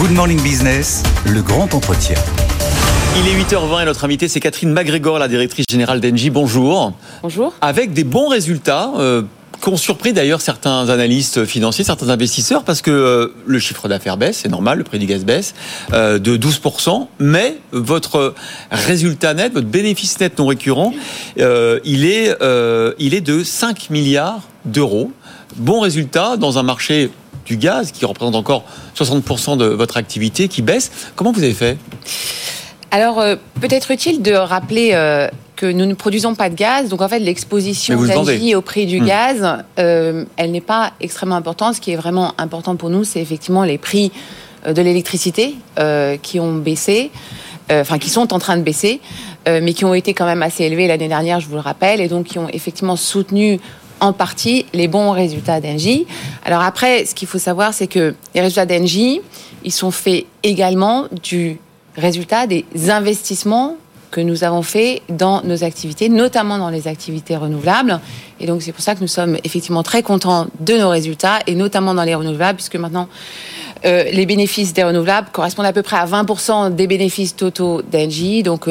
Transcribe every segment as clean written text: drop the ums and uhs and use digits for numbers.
Good Morning Business, le grand entretien. Il est 8h20 et notre invitée c'est Catherine MacGregor, la directrice générale d'Engie. Bonjour. Bonjour. Avec des bons résultats qu'ont surpris d'ailleurs certains analystes financiers, certains investisseurs, parce que le chiffre d'affaires baisse, c'est normal, le prix du gaz baisse de 12%, mais votre résultat net, votre bénéfice net non récurrent, il est de 5 milliards d'euros. Bon résultat dans un marché du gaz qui représente encore 60% de votre activité qui baisse. Comment vous avez fait ? Alors, peut-être utile de rappeler que nous ne produisons pas de gaz. Donc, en fait, l'exposition d'Engie au prix du gaz, elle n'est pas extrêmement importante. Ce qui est vraiment important pour nous, c'est effectivement les prix de l'électricité qui ont baissé, qui sont en train de baisser, mais qui ont été quand même assez élevés l'année dernière, je vous le rappelle, et donc qui ont effectivement soutenu en partie les bons résultats d'Engie. Alors après, ce qu'il faut savoir, c'est que les résultats d'Engie, ils sont faits également du résultat des investissements que nous avons faits dans nos activités, notamment dans les activités renouvelables. Et donc, c'est pour ça que nous sommes effectivement très contents de nos résultats, et notamment dans les renouvelables, puisque maintenant, les bénéfices des renouvelables correspondent à peu près à 20% des bénéfices totaux d'Engie. Donc,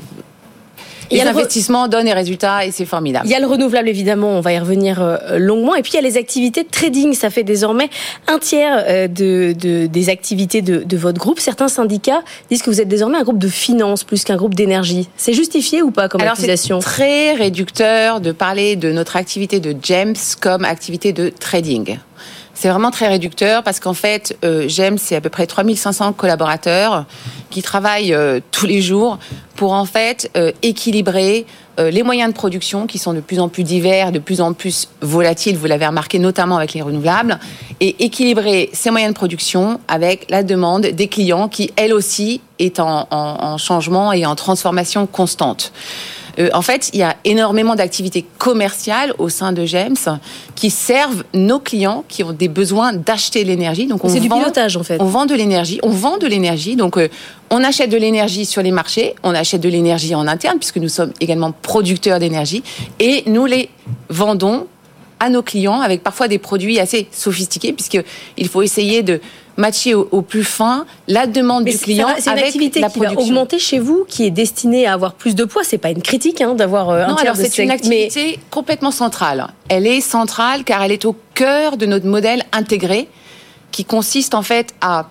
les investissements donnent des résultats et c'est formidable. Il y a le renouvelable, évidemment, on va y revenir longuement. Et puis, il y a les activités de trading. Ça fait désormais un tiers des activités de votre groupe. Certains syndicats disent que vous êtes désormais un groupe de finance plus qu'un groupe d'énergie. C'est justifié ou pas comme accusation ? C'est très réducteur de parler de notre activité de GEMS comme activité de trading. C'est vraiment très réducteur parce qu'en fait, GEMS, c'est à peu près 3500 collaborateurs qui travaillent tous les jours pour en fait équilibrer les moyens de production qui sont de plus en plus divers, de plus en plus volatiles, vous l'avez remarqué notamment avec les renouvelables, et équilibrer ces moyens de production avec la demande des clients qui, elle aussi, est en changement et en transformation constante. En fait, il y a énormément d'activités commerciales au sein de GEMS qui servent nos clients qui ont des besoins d'acheter de l'énergie. Donc c'est du pilotage en fait. On vend de l'énergie. Donc on achète de l'énergie sur les marchés, on achète de l'énergie en interne puisque nous sommes également producteurs d'énergie et nous les vendons à nos clients avec parfois des produits assez sophistiqués puisqu'il faut essayer de matcher au plus fin la demande du client avec la production. C'est une activité qui va augmenter chez vous, qui est destinée à avoir plus de poids. C'est pas une critique d'avoir un tiers de c'est une activité complètement centrale. Elle est centrale car elle est au cœur de notre modèle intégré qui consiste en fait à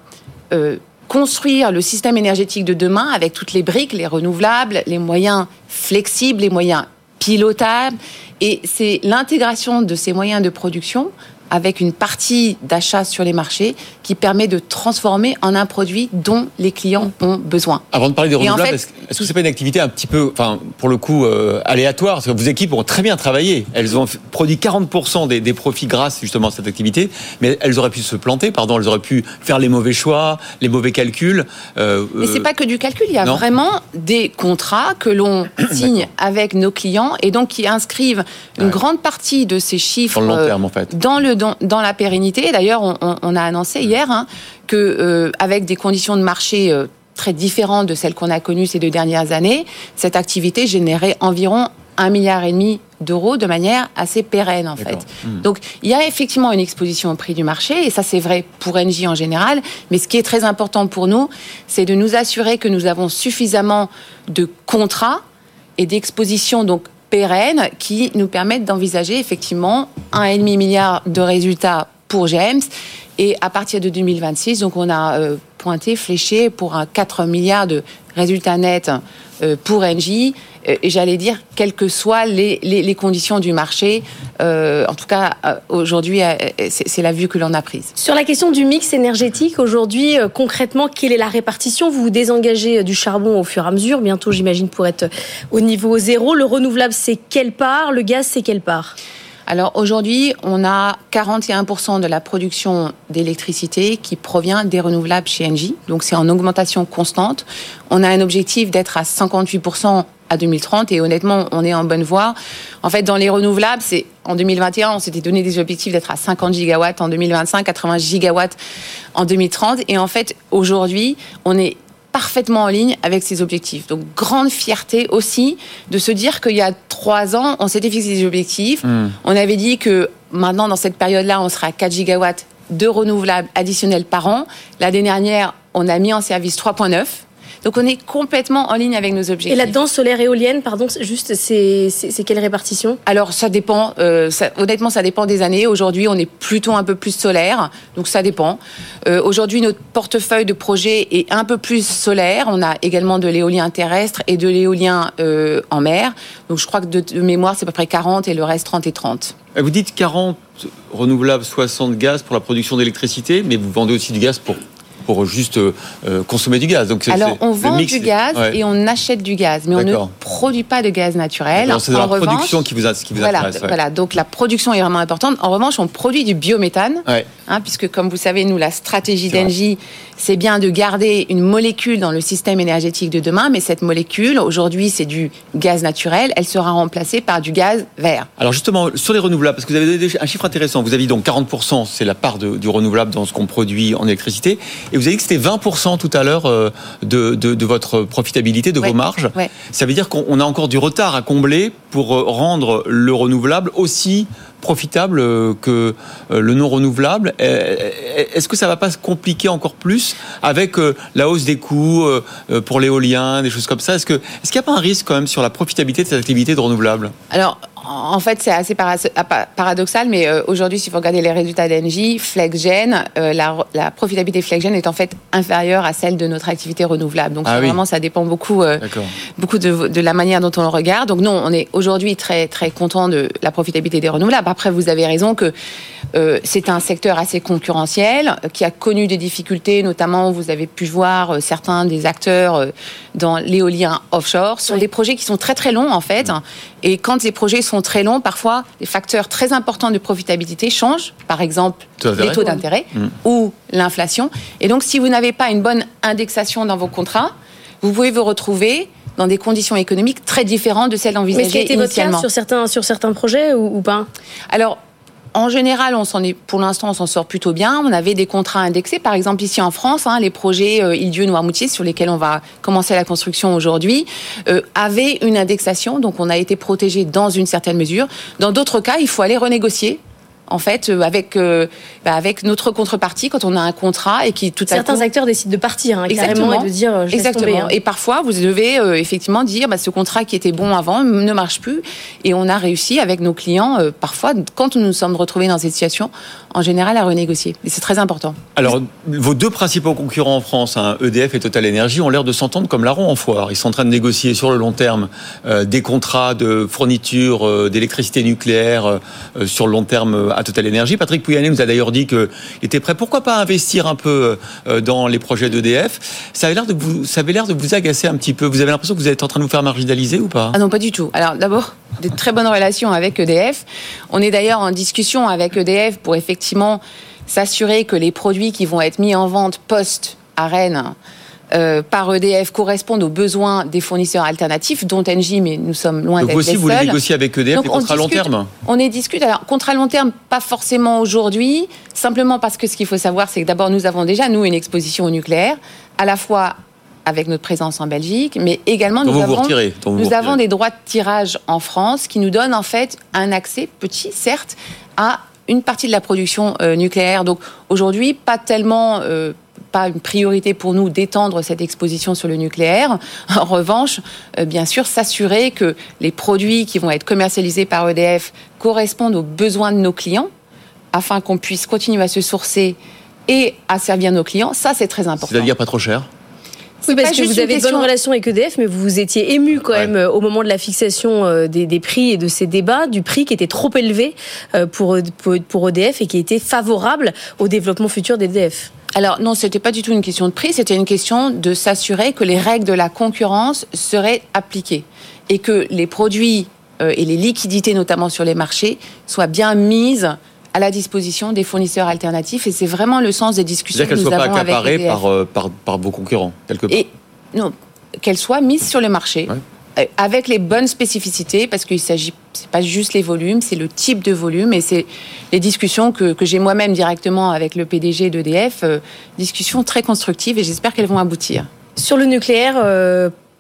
construire le système énergétique de demain avec toutes les briques, les renouvelables, les moyens flexibles, les moyens pilotables. Et c'est l'intégration de ces moyens de production avec une partie d'achat sur les marchés qui permet de transformer en un produit dont les clients ont besoin. Avant de parler des renouvelables, est-ce que c'est pas une activité un petit peu, pour le coup, aléatoire ? Parce que vos équipes ont très bien travaillé. Elles ont produit 40% des profits grâce justement à cette activité, mais elles auraient pu se planter, elles auraient pu faire les mauvais choix, les mauvais calculs. Mais c'est pas que du calcul, il y a vraiment des contrats que l'on signe avec nos clients et donc qui inscrivent une grande partie de ces chiffres sur le long terme, en fait. Dans la pérennité. D'ailleurs, on a annoncé hier que avec des conditions de marché très différentes de celles qu'on a connues ces 2 dernières années, cette activité générait environ 1,5 milliard d'euros de manière assez pérenne en fait. Donc il y a effectivement une exposition au prix du marché et ça c'est vrai pour Engie en général, mais ce qui est très important pour nous, c'est de nous assurer que nous avons suffisamment de contrats et d'expositions donc pérennes qui nous permettent d'envisager effectivement 1,5 milliard de résultats pour GEMS et à partir de 2026, donc on a fléché pour un 4 milliards de résultats nets pour Engie et j'allais dire quelles que soient les conditions du marché. En tout cas, aujourd'hui, c'est la vue que l'on a prise. Sur la question du mix énergétique, aujourd'hui, concrètement, quelle est la répartition ? Vous vous désengagez du charbon au fur et à mesure, bientôt j'imagine pour être au niveau 0. Le renouvelable, c'est quelle part ? Le gaz, c'est quelle part ? Alors aujourd'hui, on a 41% de la production d'électricité qui provient des renouvelables chez Engie. Donc c'est en augmentation constante. On a un objectif d'être à 58% à 2030 et honnêtement, on est en bonne voie. En fait, dans les renouvelables, en 2021, on s'était donné des objectifs d'être à 50 gigawatts en 2025, 80 gigawatts en 2030. Et en fait, aujourd'hui, on est parfaitement en ligne avec ces objectifs. Donc, grande fierté aussi de se dire qu'il y a 3 ans, on s'était fixé des objectifs. On avait dit que maintenant, dans cette période-là, on sera à 4 gigawatts de renouvelables additionnels par an. L'année dernière, on a mis en service 3.9. Donc on est complètement en ligne avec nos objectifs. Et là-dedans, solaire éolienne, pardon, juste, c'est quelle répartition ? Alors ça dépend, honnêtement ça dépend des années. Aujourd'hui on est plutôt un peu plus solaire, donc ça dépend. Aujourd'hui notre portefeuille de projets est un peu plus solaire. On a également de l'éolien terrestre et de l'éolien en mer. Donc je crois que de mémoire c'est à peu près 40 et le reste 30 et 30. Vous dites 40 renouvelables, 60 gaz pour la production d'électricité, mais vous vendez aussi du gaz pour juste consommer du gaz. Donc alors, on vend du gaz et on achète du gaz, mais on ne produit pas de gaz naturel. Alors, c'est dans la production qui vous intéresse. Voilà, donc la production est vraiment importante. En revanche, on produit du biométhane, puisque comme vous savez, nous, la stratégie d'Engie, c'est bien de garder une molécule dans le système énergétique de demain, mais cette molécule, aujourd'hui, c'est du gaz naturel, elle sera remplacée par du gaz vert. Alors justement, sur les renouvelables, parce que vous avez donné un chiffre intéressant, vous avez dit donc 40%, c'est la part du renouvelable dans ce qu'on produit en électricité, et vous avez dit que c'était 20% tout à l'heure de votre profitabilité, de vos marges. Ouais. Ça veut dire qu'on a encore du retard à combler pour rendre le renouvelable aussi profitable que le non renouvelable. Est-ce que ça ne va pas se compliquer encore plus avec la hausse des coûts pour l'éolien, des choses comme ça ? Est-ce qu'il n'y a pas un risque quand même sur la profitabilité de cette activité de renouvelable ? Alors, en fait, c'est assez paradoxal, mais aujourd'hui, si vous regardez les résultats d'Engie, FlexGen, la profitabilité FlexGen est en fait inférieure à celle de notre activité renouvelable. Donc, vraiment, ça dépend beaucoup de la manière dont on le regarde. Donc, non, on est aujourd'hui très, très content de la profitabilité des renouvelables. Après, vous avez raison que c'est un secteur assez concurrentiel qui a connu des difficultés, notamment, vous avez pu voir certains des acteurs dans l'éolien offshore. Ce sont des projets qui sont très, très longs, en fait. Et quand les projets sont très longs, parfois, les facteurs très importants de profitabilité changent. Par exemple, les taux d'intérêt ou l'inflation. Et donc, si vous n'avez pas une bonne indexation dans vos contrats, vous pouvez vous retrouver dans des conditions économiques très différentes de celles envisagées initialement. Mais est-ce que votre cas sur certains projets ou pas ? Alors, en général, pour l'instant, on s'en sort plutôt bien. On avait des contrats indexés. Par exemple, ici en France, les projets Île-Dieu-Noirmoutier, sur lesquels on va commencer la construction aujourd'hui, avaient une indexation. Donc, on a été protégé dans une certaine mesure. Dans d'autres cas, il faut aller renégocier. En fait, avec notre contrepartie, quand on a un contrat et qui tout à coup... Certains acteurs décident de partir, carrément, et de dire je laisse tomber. Et parfois, vous devez effectivement dire ce contrat qui était bon avant ne marche plus. Et on a réussi avec nos clients, parfois, quand nous nous sommes retrouvés dans cette situation, en général, à renégocier. Et c'est très important. Alors, vos deux principaux concurrents en France, EDF et TotalEnergies, ont l'air de s'entendre comme larron en foire. Ils sont en train de négocier sur le long terme des contrats de fourniture d'électricité nucléaire sur le long terme à TotalEnergies. Patrick Pouyanné nous a d'ailleurs dit qu'il était prêt, pourquoi pas investir un peu dans les projets d'EDF. Ça avait l'air de vous agacer un petit peu. Vous avez l'impression que vous êtes en train de vous faire marginaliser ou pas ? Ah non, pas du tout. Alors d'abord, de très bonnes relations avec EDF. On est d'ailleurs en discussion avec EDF pour effectivement s'assurer que les produits qui vont être mis en vente post-ARENH par EDF correspondent aux besoins des fournisseurs alternatifs, dont Engie, mais nous sommes loin d'être les seuls. Donc vous voulez négocier avec EDF des contrats à long terme ? On discute. Alors, contrat à long terme, pas forcément aujourd'hui, simplement parce que ce qu'il faut savoir, c'est que d'abord, nous avons déjà, une exposition au nucléaire, à la fois avec notre présence en Belgique, mais également nous avons des droits de tirage en France qui nous donnent en fait un accès petit, certes, à une partie de la production nucléaire. Donc aujourd'hui, pas une priorité pour nous d'étendre cette exposition sur le nucléaire. En revanche, bien sûr, s'assurer que les produits qui vont être commercialisés par EDF correspondent aux besoins de nos clients, afin qu'on puisse continuer à se sourcer et à servir nos clients. Ça, c'est très important. C'est-à-dire pas trop cher ? Oui, parce que vous avez de bonnes relations avec EDF, mais vous vous étiez ému quand même au moment de la fixation des prix et de ces débats, du prix qui était trop élevé pour EDF et qui était favorable au développement futur d'EDF. Alors non, c'était pas du tout une question de prix, c'était une question de s'assurer que les règles de la concurrence seraient appliquées et que les produits et les liquidités, notamment sur les marchés, soient bien mises à la disposition des fournisseurs alternatifs. Et c'est vraiment le sens des discussions que nous avons avec EDF. C'est-à-dire qu'elles ne soient pas accaparées par vos concurrents, quelque part. Non, qu'elles soient mises sur le marché, avec les bonnes spécificités, parce qu'il s'agit, c'est pas juste les volumes, c'est le type de volume, et c'est les discussions que j'ai moi-même directement avec le PDG d'EDF, discussions très constructives, et j'espère qu'elles vont aboutir. Sur le nucléaire,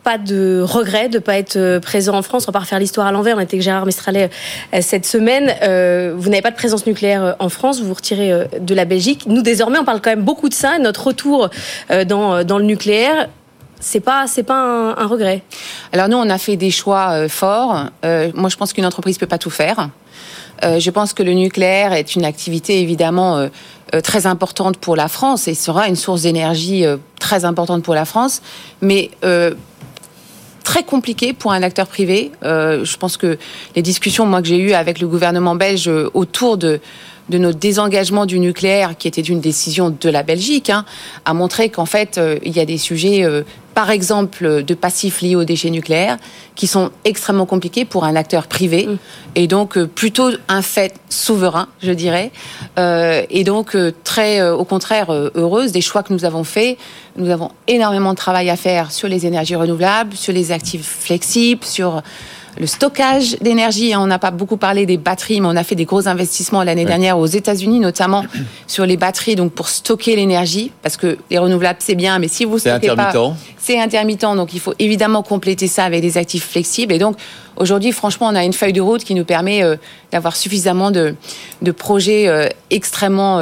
pas de regret de pas être présent en France. On va pas refaire l'histoire à l'envers. On était avec Gérard Mestralet cette semaine. Vous n'avez pas de présence nucléaire en France. Vous vous retirez de la Belgique. Nous, désormais, on parle quand même beaucoup de ça. Notre retour dans le nucléaire. C'est pas un regret. Alors nous, on a fait des choix forts. Moi, je pense qu'une entreprise peut pas tout faire. Je pense que le nucléaire est une activité évidemment très importante pour la France et sera une source d'énergie très importante pour la France, mais très compliqué pour un acteur privé. Je pense que les discussions que j'ai eues avec le gouvernement belge autour de notre désengagement du nucléaire, qui était une décision de la Belgique, a montré qu'en fait, il y a des sujets, par exemple, de passifs liés aux déchets nucléaires, qui sont extrêmement compliqués pour un acteur privé, et donc plutôt un fait souverain, je dirais, et donc très, au contraire, heureuse des choix que nous avons faits. Nous avons énormément de travail à faire sur les énergies renouvelables, sur les actifs flexibles, sur le stockage d'énergie. On n'a pas beaucoup parlé des batteries, mais on a fait des gros investissements l'année dernière aux États-Unis, notamment sur les batteries, donc pour stocker l'énergie, parce que les renouvelables c'est bien, mais si vous stockez pas, c'est intermittent. Donc il faut évidemment compléter ça avec des actifs flexibles. Et donc aujourd'hui, franchement, on a une feuille de route qui nous permet d'avoir suffisamment de projets extrêmement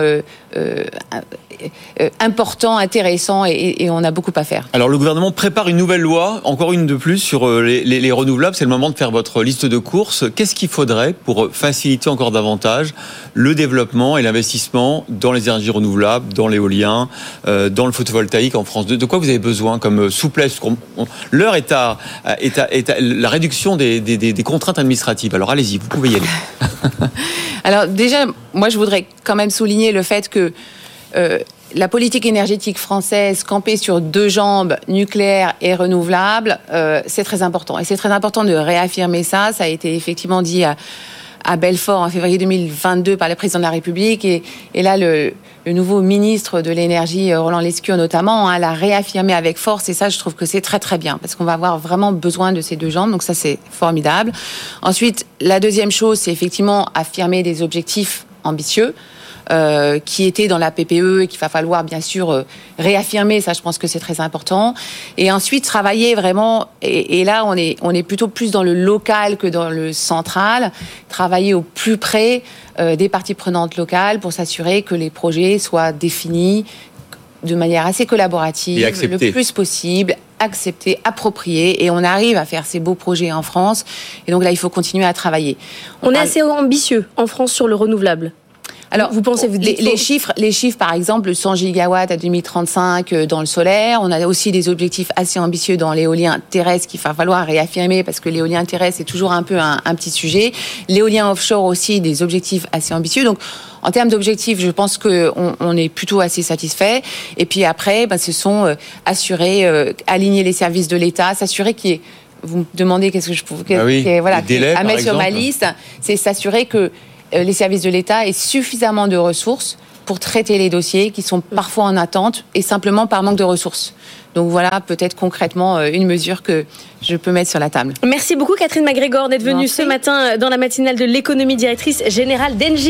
importants, intéressants, et on a beaucoup à faire. Alors le gouvernement prépare une nouvelle loi, encore une de plus sur les renouvelables. C'est le moment de faire votre liste de courses. Qu'est-ce qu'il faudrait pour faciliter encore davantage le développement et l'investissement dans les énergies renouvelables, dans l'éolien, dans le photovoltaïque en France? De quoi vous avez besoin comme souplesse? L'heure est à la réduction des contraintes administratives. Alors allez-y, vous pouvez y aller. Alors déjà, moi je voudrais quand même souligner le fait que la politique énergétique française campée sur deux jambes, nucléaire et renouvelable, c'est très important. Et c'est très important de réaffirmer ça. Ça a été effectivement dit à Belfort en février 2022 par le président de la République. Et là, le nouveau ministre de l'énergie, Roland Lescure notamment, l'a réaffirmé avec force. Et ça, je trouve que c'est très très bien, parce qu'on va avoir vraiment besoin de ces deux jambes. Donc ça, c'est formidable. Ensuite, la deuxième chose, c'est effectivement affirmer des objectifs ambitieux. Qui était dans la PPE et qu'il va falloir bien sûr réaffirmer, ça je pense que c'est très important. Et ensuite travailler vraiment, et là on est plutôt plus dans le local que dans le central, travailler au plus près des parties prenantes locales pour s'assurer que les projets soient définis de manière assez collaborative, le plus possible, acceptés, appropriés, et on arrive à faire ces beaux projets en France. Et donc là il faut continuer à travailler. On est assez ambitieux en France sur le renouvelable. Alors, les chiffres, par exemple, 100 gigawatts à 2035 dans le solaire. On a aussi des objectifs assez ambitieux dans l'éolien terrestre qu'il va falloir réaffirmer, parce que l'éolien terrestre, c'est toujours un peu un petit sujet. L'éolien offshore aussi, des objectifs assez ambitieux. Donc, en termes d'objectifs, je pense qu'on est plutôt assez satisfait. Et puis après, ce sont aligner les services de l'État, s'assurer qu'il y ait... Vous me demandez qu'est-ce que je pouvais... à mettre sur ma liste, c'est s'assurer que les services de l'État aient suffisamment de ressources pour traiter les dossiers qui sont parfois en attente et simplement par manque de ressources. Donc voilà, peut-être concrètement une mesure que je peux mettre sur la table. Merci beaucoup Catherine MacGregor d'être venue ce matin dans la matinale de l'économie, directrice générale d'Engie.